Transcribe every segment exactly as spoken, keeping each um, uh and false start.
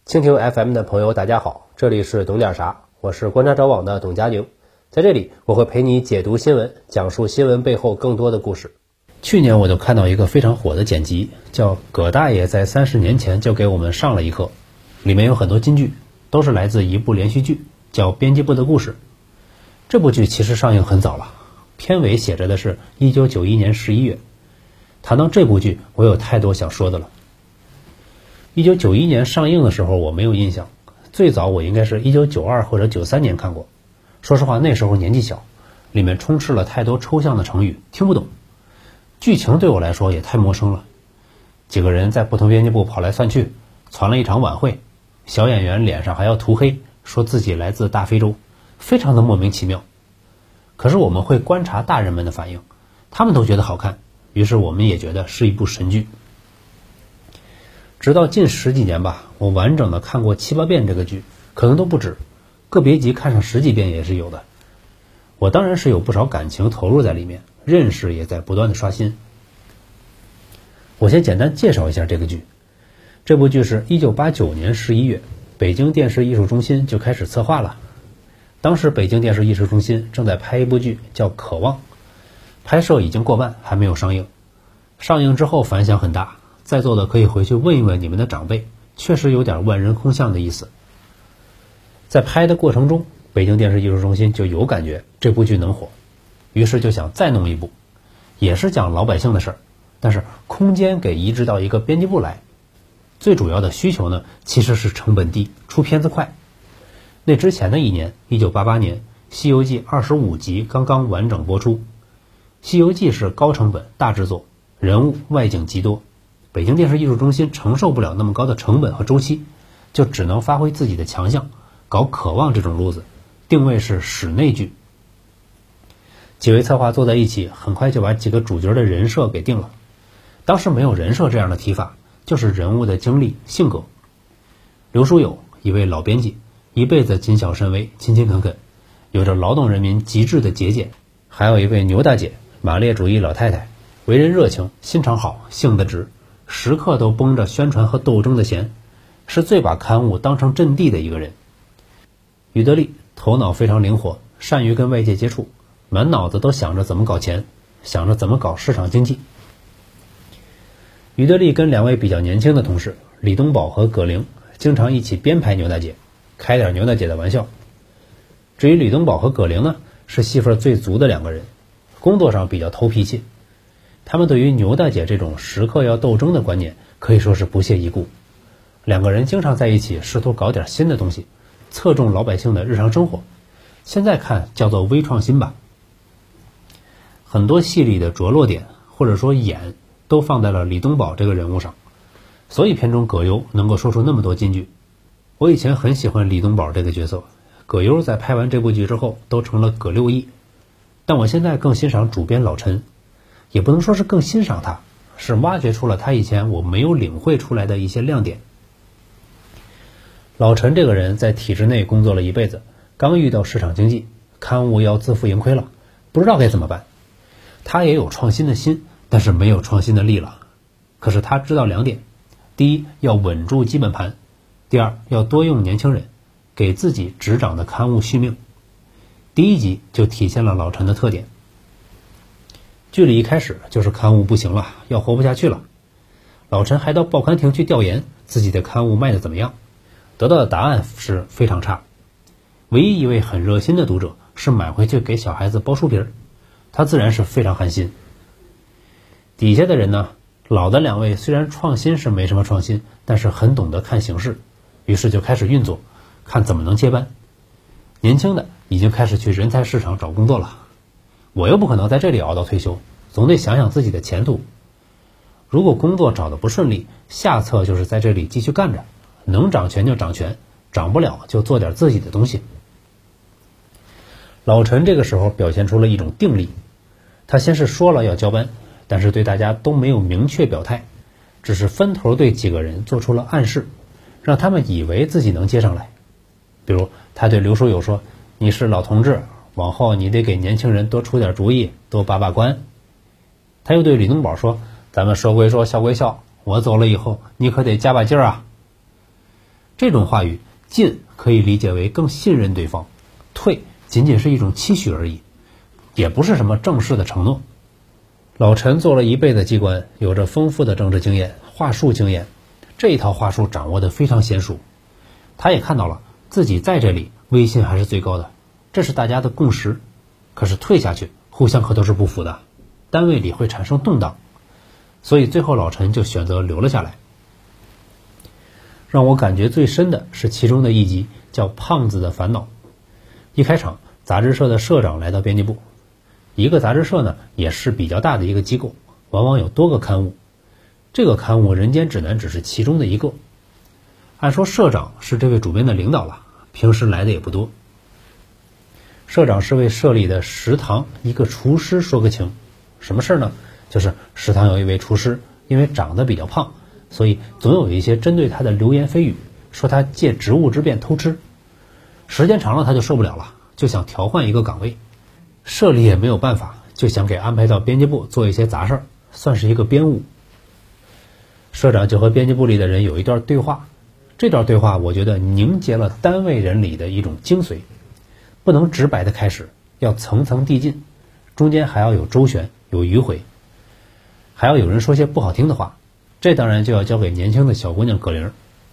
蜻蜓 F M 的朋友大家好，这里是懂点啥，我是观察者网的董佳宁。在这里我会陪你解读新闻，讲述新闻背后更多的故事。去年我就看到一个非常火的剪辑，叫葛大爷在三十年前就给我们上了一课，里面有很多金句，都是来自一部连续剧，叫编辑部的故事。这部剧其实上映很早了，片尾写着的是一九九一年十一月。谈到这部剧，我有太多想说的了。一九九一年上映的时候我没有印象，最早我应该是一九九二或者九三年看过。说实话那时候年纪小，里面充斥了太多抽象的成语，听不懂。剧情对我来说也太陌生了，几个人在不同编辑部跑来窜去，传了一场晚会，小演员脸上还要涂黑，说自己来自大非洲，非常的莫名其妙。可是我们会观察大人们的反应，他们都觉得好看，于是我们也觉得是一部神剧。直到近十几年吧，我完整的看过七八遍这个剧，可能都不止，个别集看上十几遍也是有的。我当然是有不少感情投入在里面，认识也在不断的刷新。我先简单介绍一下这个剧。这部剧是一九八九年十一月，北京电视艺术中心就开始策划了。当时北京电视艺术中心正在拍一部剧叫《渴望》，拍摄已经过半，还没有上映。上映之后反响很大，在座的可以回去问一问你们的长辈，确实有点万人空巷的意思。在拍的过程中，北京电视艺术中心就有感觉这部剧能火，于是就想再弄一部，也是讲老百姓的事儿，但是空间给移植到一个编辑部来。最主要的需求呢，其实是成本低，出片子快。那之前的一年一九八八年，《西游记》二十五集刚刚完整播出。《西游记》是高成本大制作，人物外景极多，北京电视艺术中心承受不了那么高的成本和周期，就只能发挥自己的强项，搞渴望这种路子，定位是室内剧。几位策划坐在一起，很快就把几个主角的人设给定了。当时没有人设这样的提法，就是人物的经历性格。刘书友一位老编辑，一辈子谨小慎微，勤勤恳恳，有着劳动人民极致的节俭。还有一位牛大姐，马列主义老太太，为人热情，心肠好，性子直，时刻都绷着宣传和斗争的弦，是最把刊物当成阵地的一个人。于德利头脑非常灵活，善于跟外界接触，满脑子都想着怎么搞钱，想着怎么搞市场经济。于德利跟两位比较年轻的同事李东宝和葛玲经常一起编排牛大姐，开点牛大姐的玩笑。至于李东宝和葛玲呢，是戏份最足的两个人，工作上比较投脾气，他们对于牛大姐这种时刻要斗争的观念可以说是不屑一顾。两个人经常在一起试图搞点新的东西，侧重老百姓的日常生活，现在看叫做微创新吧。很多戏里的着落点或者说眼都放在了李东宝这个人物上，所以片中葛优能够说出那么多金句。我以前很喜欢李东宝这个角色，葛优在拍完这部剧之后都成了葛六亿，但我现在更欣赏主编老陈，也不能说是更欣赏他，是挖掘出了他以前我没有领会出来的一些亮点。老陈这个人在体制内工作了一辈子，刚遇到市场经济，刊物要自负盈亏了，不知道该怎么办。他也有创新的心，但是没有创新的力了。可是他知道两点，第一要稳住基本盘，第二要多用年轻人，给自己执掌的刊物续命。第一集就体现了老陈的特点。剧里一开始就是刊物不行了，要活不下去了，老陈还到报刊亭去调研自己的刊物卖得怎么样，得到的答案是非常差。唯一一位很热心的读者是买回去给小孩子剥书皮，他自然是非常寒心。底下的人呢，老的两位虽然创新是没什么创新，但是很懂得看形势，于是就开始运作，看怎么能接班。年轻的已经开始去人才市场找工作了，我又不可能在这里熬到退休，总得想想自己的前途。如果工作找得不顺利，下策就是在这里继续干着，能掌权就掌权，掌不了就做点自己的东西。老陈这个时候表现出了一种定力，他先是说了要交班，但是对大家都没有明确表态，只是分头对几个人做出了暗示，让他们以为自己能接上来。比如他对刘书友说，你是老同志，往后你得给年轻人多出点主意，多把把关。他又对李东宝说，咱们说归说笑归笑，我走了以后你可得加把劲儿啊。 这种话语，进可以理解为更信任对方，退仅仅是一种期许而已，也不是什么正式的承诺。老陈做了一辈子机关，有着丰富的政治经验、话术经验，这一套话术掌握得非常娴熟。他也看到了自己在这里威信还是最高的，这是大家的共识。可是退下去，互相可都是不服的，单位里会产生动荡，所以最后老陈就选择留了下来。让我感觉最深的是其中的一集，叫《胖子的烦恼》。一开场，杂志社的社长来到编辑部。一个杂志社呢，也是比较大的一个机构，往往有多个刊物。这个刊物《人间指南》只是其中的一个。按说社长是这位主编的领导了，平时来的也不多。社长是为社里的食堂一个厨师说个情。什么事呢？就是食堂有一位厨师，因为长得比较胖，所以总有一些针对他的流言蜚语，说他借职务之便偷吃。时间长了他就受不了了，就想调换一个岗位。社里也没有办法，就想给安排到编辑部做一些杂事儿，算是一个编务。社长就和编辑部里的人有一段对话，这段对话我觉得凝结了单位人里的一种精髓，不能直白的开始，要层层递进，中间还要有周旋，有迂回，还要有人说些不好听的话，这当然就要交给年轻的小姑娘葛玲。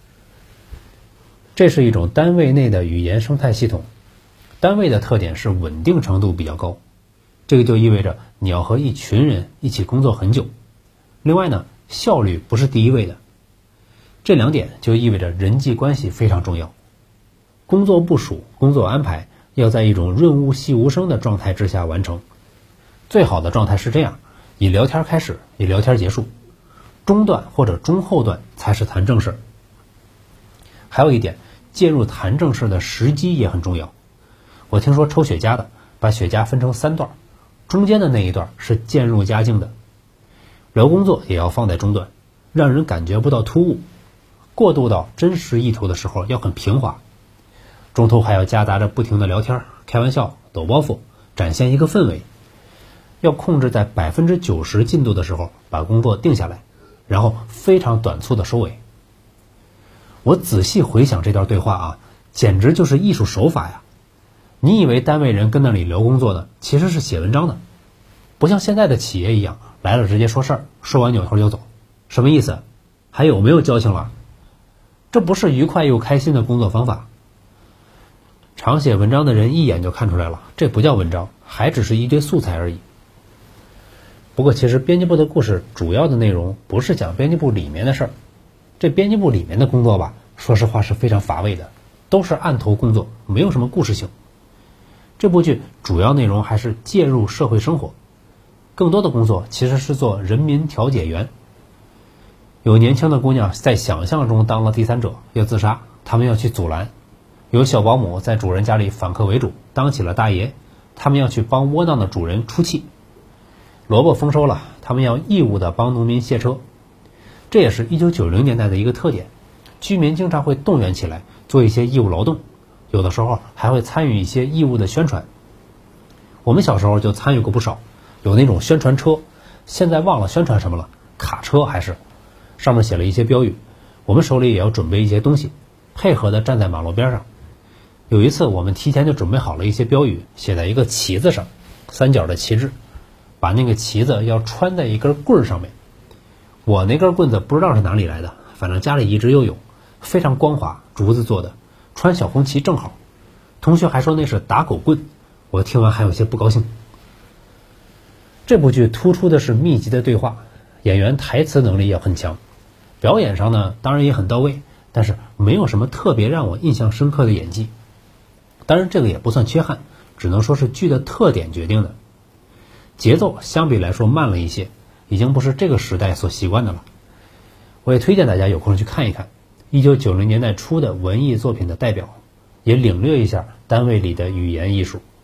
这是一种单位内的语言生态系统，单位的特点是稳定程度比较高，这个就意味着你要和一群人一起工作很久。另外呢，效率不是第一位的，这两点就意味着人际关系非常重要。工作部署、工作安排要在一种润物细无声的状态之下完成。最好的状态是这样，以聊天开始，以聊天结束，中段或者中后段才是谈正事。还有一点，介入谈正事的时机也很重要。我听说抽雪茄的把雪茄分成三段，中间的那一段是渐入佳境的。聊工作也要放在中段，让人感觉不到突兀，过渡到真实意图的时候要很平滑。中途还要夹杂着不停的聊天、开玩笑、抖包袱，展现一个氛围。要控制在百分之九十进度的时候把工作定下来，然后非常短促的收尾。我仔细回想这段对话啊，简直就是艺术手法呀！你以为单位人跟那里聊工作呢，其实是写文章的，不像现在的企业一样，来了直接说事儿，说完扭头就走。什么意思？还有没有交情了？这不是愉快又开心的工作方法。常写文章的人一眼就看出来了，这不叫文章，还只是一堆素材而已。不过其实编辑部的故事主要的内容不是讲编辑部里面的事儿，这编辑部里面的工作吧，说实话是非常乏味的，都是案头工作，没有什么故事性。这部剧主要内容还是介入社会生活，更多的工作其实是做人民调解员。有年轻的姑娘在想象中当了第三者，要自杀，他们要去阻拦；有小保姆在主人家里反客为主，当起了大爷，他们要去帮窝囊的主人出气。萝卜丰收了，他们要义务的帮农民卸车。这也是一九九零年代的一个特点，居民经常会动员起来做一些义务劳动，有的时候还会参与一些义务的宣传。我们小时候就参与过不少，有那种宣传车，现在忘了宣传什么了，卡车还是，上面写了一些标语，我们手里也要准备一些东西，配合的站在马路边上。有一次我们提前就准备好了一些标语，写在一个旗子上，三角的旗帜，把那个旗子要穿在一根棍上面。我那根棍子不知道是哪里来的，反正家里一直又有，非常光滑，竹子做的，穿小红旗正好。同学还说那是打狗棍，我听完还有些不高兴。这部剧突出的是密集的对话，演员台词能力也很强，表演上呢当然也很到位，但是没有什么特别让我印象深刻的演技。当然这个也不算缺憾，只能说是剧的特点决定的。节奏相比来说慢了一些，已经不是这个时代所习惯的了。我也推荐大家有空去看一看一九九零年代初的文艺作品的代表，也领略一下单位里的语言艺术。